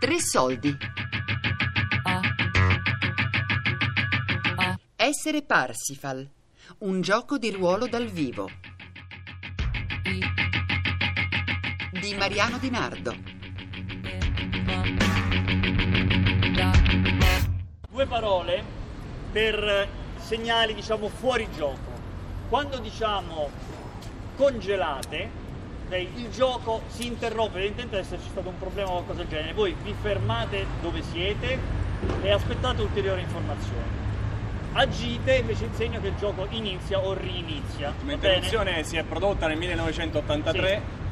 3 soldi. Essere Parsifal, un gioco di ruolo dal vivo. Di Mariano Di Nardo. 2 parole per segnali, diciamo, fuori gioco. Quando diciamo congelate, il gioco si interrompe, evidentemente deve esserci stato un problema o qualcosa del genere. Voi vi fermate dove siete e aspettate ulteriori informazioni. Agite, invece insegno che il gioco inizia o rinizia. L'ultima interruzione si è prodotta nel 1983. Sì.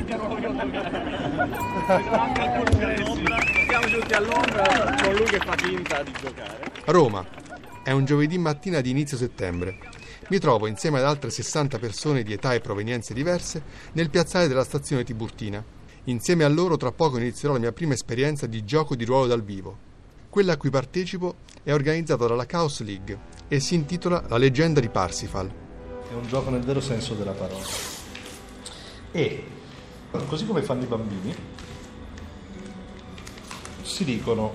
Siamo giunti a Londra con lui che fa finta di giocare. Roma. È un giovedì mattina di inizio settembre. Mi trovo insieme ad altre 60 persone di età e provenienze diverse nel piazzale della stazione Tiburtina. Insieme a loro tra poco inizierò la mia prima esperienza di gioco di ruolo dal vivo. Quella a cui partecipo è organizzata dalla Chaos League e si intitola La leggenda di Parsifal. È un gioco nel vero senso della parola. E, così come fanno i bambini, si dicono: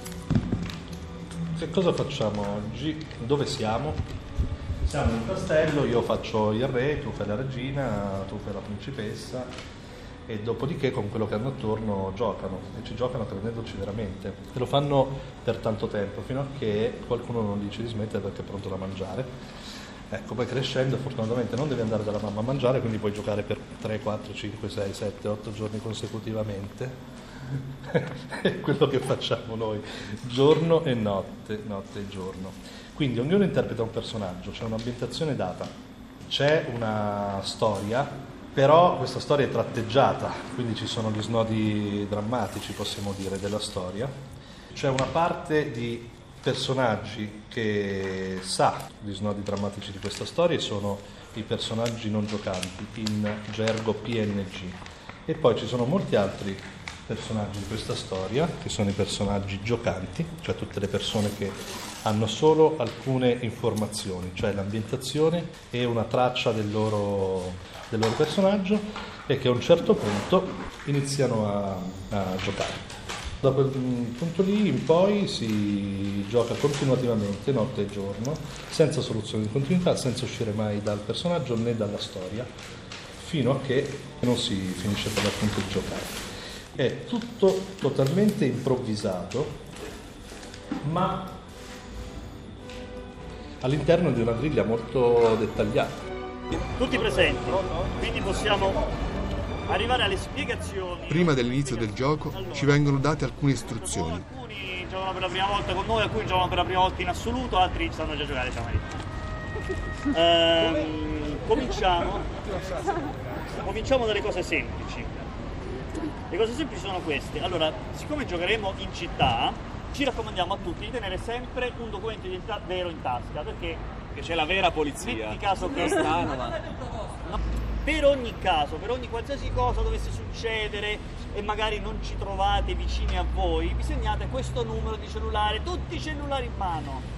che cosa facciamo oggi? Dove siamo? Siamo in un castello, io faccio il re, tu fai la regina, tu fai la principessa, e dopodiché con quello che hanno attorno giocano, e ci giocano credendoci veramente, e lo fanno per tanto tempo fino a che qualcuno non dice di smettere perché è pronto da mangiare. Ecco, poi crescendo fortunatamente non devi andare dalla mamma a mangiare, quindi puoi giocare per 3, 4, 5, 6, 7, 8 giorni consecutivamente. È quello che facciamo noi, giorno e notte, notte e giorno. Quindi ognuno interpreta un personaggio, c'è un'ambientazione data, c'è una storia, però questa storia è tratteggiata, quindi ci sono gli snodi drammatici, possiamo dire, della storia. C'è una parte di personaggi che sa gli snodi drammatici di questa storia e sono i personaggi non giocanti, in gergo PNG. E poi ci sono molti altri personaggi di questa storia, che sono i personaggi giocanti, cioè tutte le persone che hanno solo alcune informazioni, cioè l'ambientazione e una traccia del loro personaggio, e che a un certo punto iniziano a giocare. Da quel punto lì in poi si gioca continuativamente, notte e giorno, senza soluzione di continuità, senza uscire mai dal personaggio né dalla storia, fino a che non si finisce per l'appunto di giocare. È tutto totalmente improvvisato, ma all'interno di una griglia molto dettagliata. Tutti presenti, quindi possiamo arrivare alle spiegazioni. Prima dell'inizio del gioco ci vengono date alcune istruzioni. Alcuni giocano per la prima volta con noi, alcuni giocano per la prima volta in assoluto, altri stanno già a giocare, cominciamo dalle cose semplici. Le cose semplici sono queste. Allora, siccome giocheremo in città, ci raccomandiamo a tutti di tenere sempre un documento di identità vero in tasca, perché c'è la vera polizia. Metti caso che strano, ma per ogni caso, per ogni qualsiasi cosa dovesse succedere e magari non ci trovate vicini a voi, vi segnate questo numero di cellulare, tutti i cellulari in mano.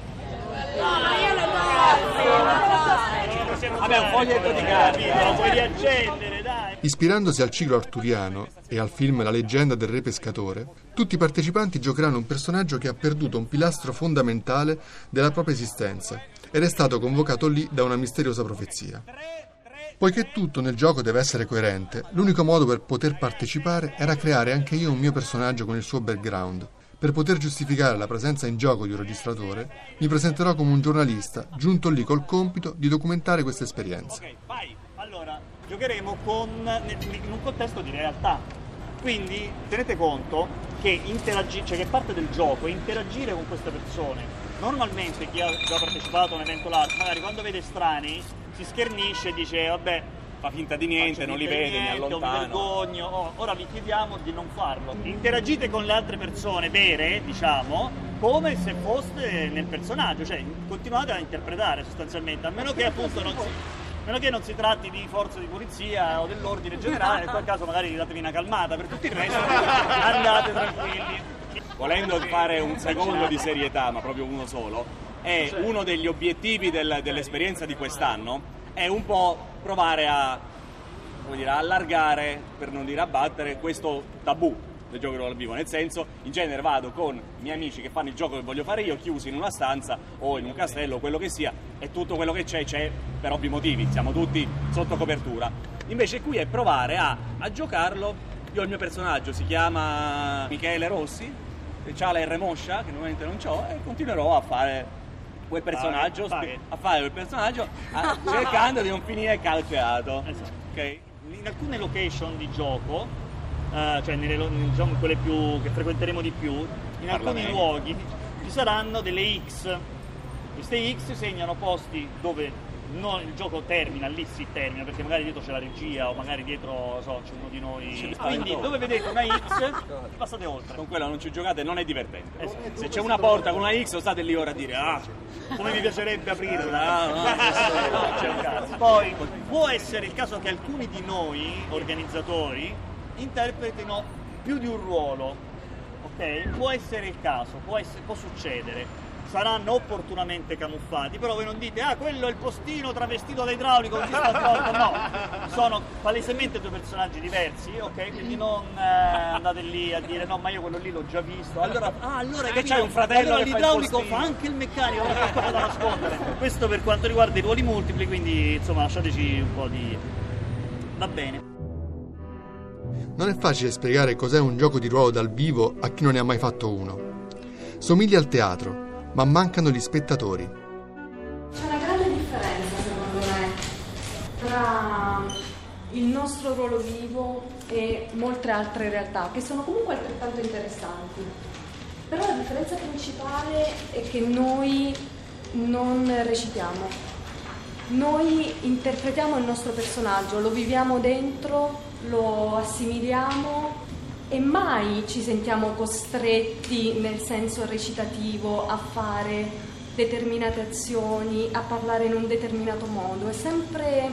Vabbè, un foglietto di carta, lo puoi riaccendere, dai. Ispirandosi al ciclo arturiano e al film La leggenda del re pescatore, tutti i partecipanti giocheranno un personaggio che ha perduto un pilastro fondamentale della propria esistenza ed è stato convocato lì da una misteriosa profezia. Poiché tutto nel gioco deve essere coerente, l'unico modo per poter partecipare era creare anche io un mio personaggio con il suo background. Per poter giustificare la presenza in gioco di un registratore, mi presenterò come un giornalista giunto lì col compito di documentare questa esperienza. Ok, vai. Allora, giocheremo in un contesto di realtà. Quindi tenete conto che che parte del gioco è interagire con queste persone. Normalmente chi ha già partecipato a un evento LARP, magari quando vede estranei si schernisce e dice vabbè, fa finta di niente, non li vede, mi allontano. Mi vergogno. Ora vi chiediamo di non farlo. Interagite con le altre persone vere, diciamo, come se foste nel personaggio, cioè continuate a interpretare sostanzialmente, a meno che appunto non si tratti di forze di polizia o dell'ordine generale, in quel caso magari datevi una calmata, per tutto il resto andate tranquilli. Volendo fare un secondo di serietà, ma proprio uno solo, è uno degli obiettivi dell'esperienza di quest'anno, è un po' provare a allargare, per non dire abbattere, questo tabù del gioco di ruolo dal vivo, nel senso, in genere vado con i miei amici che fanno il gioco che voglio fare io, chiusi in una stanza o in un castello, quello che sia, e tutto quello che c'è per ovvi motivi, siamo tutti sotto copertura. Invece qui è provare a giocarlo. Io il mio personaggio si chiama Michele Rossi, c'ha la R moscia, che normalmente non c'ho, e continuerò a fare quel personaggio, cercando di non finire calciato. Esatto. Okay? In alcune location di gioco, cioè diciamo quelle più che frequenteremo di più, in alcuni luoghi ci saranno delle X. Queste X segnano posti dove il gioco termina, lì si termina, perché magari dietro c'è la regia o magari dietro c'è uno di noi. Quindi dove vedete una X passate oltre. Con quella non ci giocate, non è divertente. Esatto. Se c'è una porta con una X state lì ora a dire come mi piacerebbe aprirla. No, c'è un caso. Poi può essere il caso che alcuni di noi organizzatori interpretino più di un ruolo, ok? Può essere il caso, può succedere. Saranno opportunamente camuffati, però voi non dite quello è il postino travestito da idraulico, così sta tolto. No, sono palesemente due personaggi diversi, ok? Quindi non andate lì a dire no, ma io quello lì l'ho già visto. Allora che c'hai un fratello allora che fa l'idraulico il postino. fa anche il meccanico, non c'è cosa da nascondere. Questo per quanto riguarda i ruoli multipli, quindi insomma lasciateci un po' di... Va bene. Non è facile spiegare cos'è un gioco di ruolo dal vivo a chi non ne ha mai fatto uno. Somiglia al teatro, ma mancano gli spettatori. C'è una grande differenza, secondo me, tra il nostro ruolo vivo e molte altre realtà, che sono comunque altrettanto interessanti. Però la differenza principale è che noi non recitiamo. Noi interpretiamo il nostro personaggio, lo viviamo dentro, lo assimiliamo e mai ci sentiamo costretti nel senso recitativo a fare determinate azioni, a parlare in un determinato modo. È sempre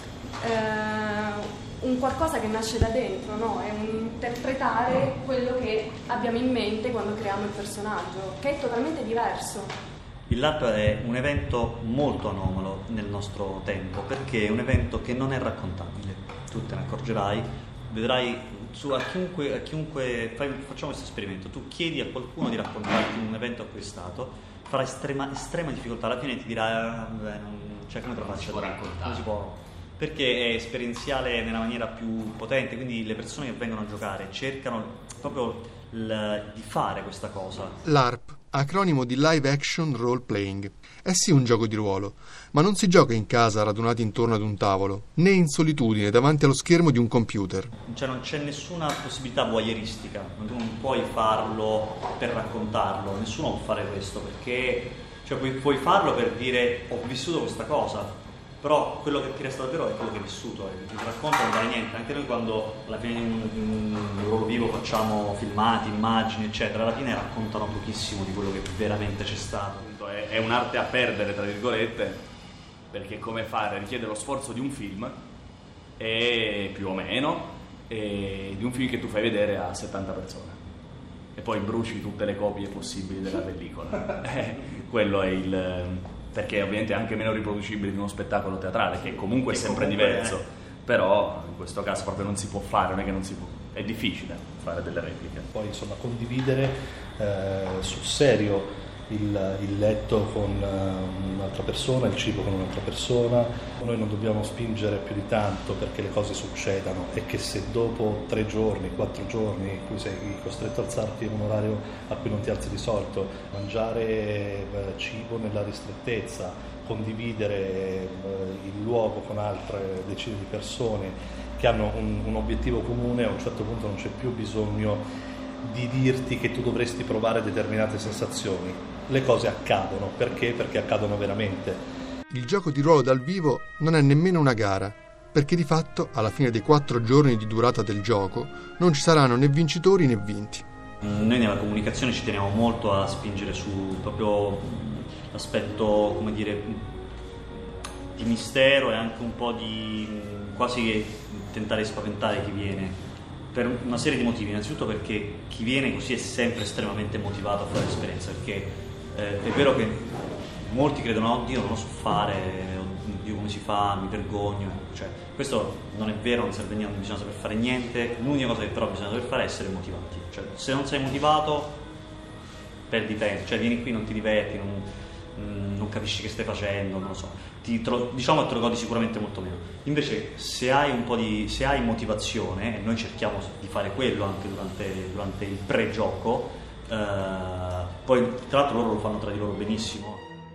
un qualcosa che nasce da dentro, no? È un interpretare quello che abbiamo in mente quando creiamo il personaggio, che è totalmente diverso. Il LARP è un evento molto anomalo nel nostro tempo, perché è un evento che non è raccontabile. Tu te ne accorgerai, vedrai a chiunque facciamo questo esperimento, tu chiedi a qualcuno di raccontarti un evento a cui è stato, farà estrema difficoltà, alla fine ti dirà come te lo faccio a dire, non si può, perché è esperienziale nella maniera più potente, quindi le persone che vengono a giocare cercano proprio di fare questa cosa. LARP, acronimo di Live Action Role Playing. È sì un gioco di ruolo, ma non si gioca in casa radunati intorno ad un tavolo, né in solitudine davanti allo schermo di un computer. Cioè non c'è nessuna possibilità voyeuristica, tu non puoi farlo per raccontarlo, nessuno può fare questo, perché puoi farlo per dire ho vissuto questa cosa, però quello che ti resta davvero è quello che hai vissuto, il racconto non vale niente. Anche noi quando alla fine in un ruolo vivo facciamo filmati, immagini eccetera, alla fine raccontano pochissimo di quello che veramente c'è stato. È un'arte a perdere, tra virgolette, perché come fare richiede lo sforzo di un film, e più o meno, e di un film che tu fai vedere a 70 persone e poi bruci tutte le copie possibili della pellicola. Quello è perché ovviamente è anche meno riproducibile di uno spettacolo teatrale, che comunque è sempre diverso, però in questo caso proprio non si può fare, non è che non si può, è difficile fare delle repliche. Poi insomma condividere sul serio il letto con un'altra persona, il cibo con un'altra persona. Noi non dobbiamo spingere più di tanto perché le cose succedano, e che se dopo 3 giorni, 4 giorni in cui sei costretto a alzarti in un orario a cui non ti alzi di solito, mangiare cibo nella ristrettezza, condividere il luogo con altre decine di persone che hanno un obiettivo comune, a un certo punto non c'è più bisogno di dirti che tu dovresti provare determinate sensazioni. Le cose accadono, perché? Perché accadono veramente. Il gioco di ruolo dal vivo non è nemmeno una gara, perché di fatto, alla fine dei 4 giorni di durata del gioco, non ci saranno né vincitori né vinti. Noi nella comunicazione ci teniamo molto a spingere su proprio l'aspetto, come dire, di mistero e anche un po' di quasi che tentare di spaventare chi viene, per una serie di motivi. Innanzitutto perché chi viene così è sempre estremamente motivato a fare l'esperienza, perché è vero che molti credono, oddio non lo so fare, oddio come si fa, mi vergogno, cioè questo non è vero, non serve niente, non bisogna saper fare niente, l'unica cosa che però bisogna saper fare è essere motivati, cioè se non sei motivato perdi tempo, cioè vieni qui, non ti diverti, non capisci che stai facendo, non lo so, diciamo che te lo godi sicuramente molto meno. Invece se hai motivazione, e noi cerchiamo di fare quello anche durante il pre-gioco, poi tra l'altro loro lo fanno tra di loro benissimo.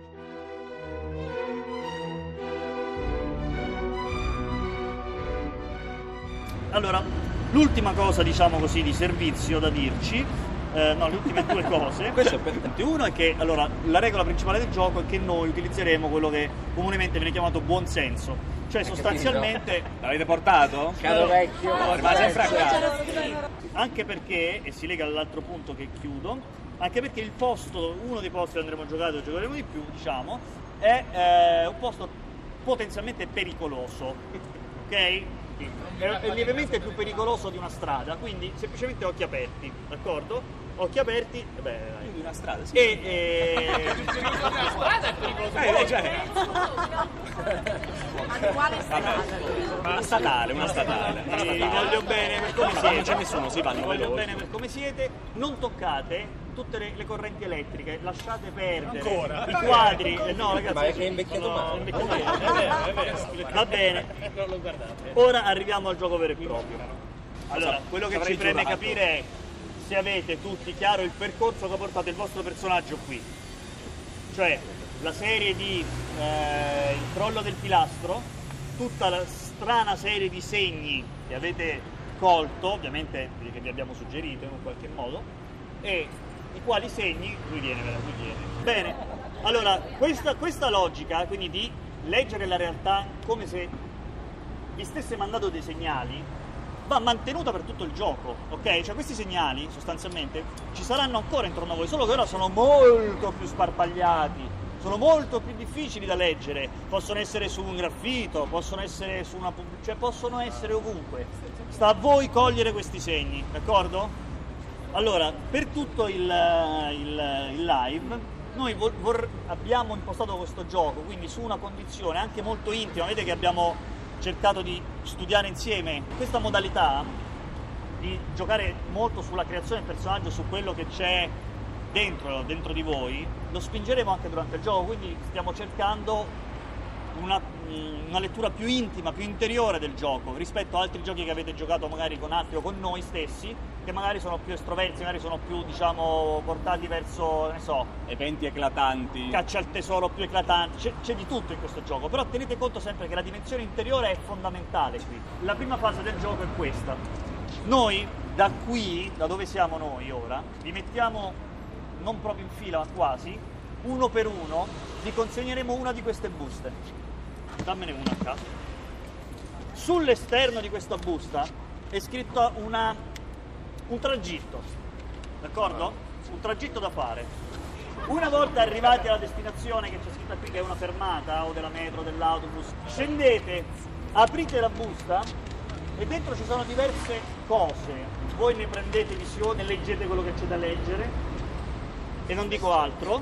Allora, l'ultima cosa, diciamo così, di servizio da dirci, le ultime due cose. Questo è perfetto. Uno è che, allora, la regola principale del gioco è che noi utilizzeremo quello che comunemente viene chiamato buonsenso. Cioè, sostanzialmente... L'avete portato? Caro vecchio. Ma sempre a casa. Anche perché, e si lega all'altro punto che chiudo, anche perché uno dei posti dove andremo a giocare, dove giocheremo di più, diciamo, è un posto potenzialmente pericoloso, ok? È lievemente più pericoloso di una strada, quindi semplicemente occhi aperti, d'accordo? Occhi aperti, Quindi una strada, sì. La strada è pericolosa. Ma quale strada? Una statale. Vi voglio bene per come siete. Non c'è nessuno, si vanno Vi voglio veloci. bene per come siete. Non toccate tutte le correnti elettriche, lasciate perdere Ancora? i quadri. No, ragazzi, Ma è che è invecchiato male. È vero. Va bene. Non lo guardate. Ora arriviamo al gioco vero e proprio. Allora, quello che Avrei ci preme giurato. capire è se avete tutti chiaro il percorso che ha portato il vostro personaggio qui. Cioè, la serie di il crollo del pilastro, tutta la strana serie di segni che avete colto, ovviamente che vi abbiamo suggerito in un qualche modo, e i quali segni... Lui viene. Bene, allora, questa logica, quindi di leggere la realtà come se vi stesse mandando dei segnali, va mantenuta per tutto il gioco, ok? Cioè questi segnali sostanzialmente ci saranno ancora intorno a voi, solo che ora sono molto più sparpagliati, sono molto più difficili da leggere, possono essere su un graffito, possono essere su una cioè possono essere ovunque. Sta a voi cogliere questi segni, d'accordo? Allora, per tutto il live noi abbiamo impostato questo gioco, quindi su una condizione anche molto intima, vedete che abbiamo cercato di studiare insieme questa modalità di giocare molto sulla creazione del personaggio, su quello che c'è dentro di voi, lo spingeremo anche durante il gioco, quindi stiamo cercando una lettura più intima, più interiore del gioco rispetto a altri giochi che avete giocato magari con altri o con noi stessi, che magari sono più estroversi, magari sono più, diciamo, portati verso, ne so, Eventi eclatanti. caccia al tesoro più eclatanti, c'è di tutto in questo gioco, però tenete conto sempre che la dimensione interiore è fondamentale qui. La prima fase del gioco è questa. Noi da qui, da dove siamo noi ora, vi mettiamo non proprio in fila ma quasi, uno per uno vi consegneremo una di queste buste. Dammene una a caso. Sull'esterno di questa busta è scritto un tragitto, d'accordo? Un tragitto da fare. Una volta arrivati alla destinazione, che c'è scritta qui che è una fermata o della metro, dell'autobus, scendete, aprite la busta e dentro ci sono diverse cose. Voi ne prendete visione, leggete quello che c'è da leggere e non dico altro.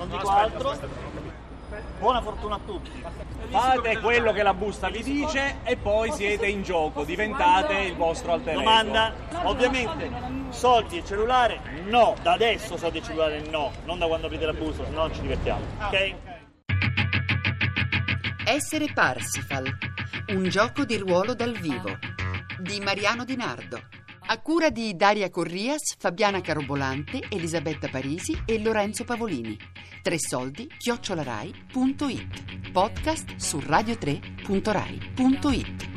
Buona fortuna a tutti. Fate quello che la busta vi dice e poi siete in gioco, diventate il vostro alter ego. Domanda, ovviamente, soldi e cellulare no, da adesso soldi e cellulare no, non da quando aprite la busta, se no non ci divertiamo, ok? Essere Parsifal, un gioco di ruolo dal vivo di Mariano Di Nardo, a cura di Daria Corrias, Fabiana Carobolante, Elisabetta Parisi e Lorenzo Pavolini. 3soldi@rai.it. Podcast su radio3.rai.it.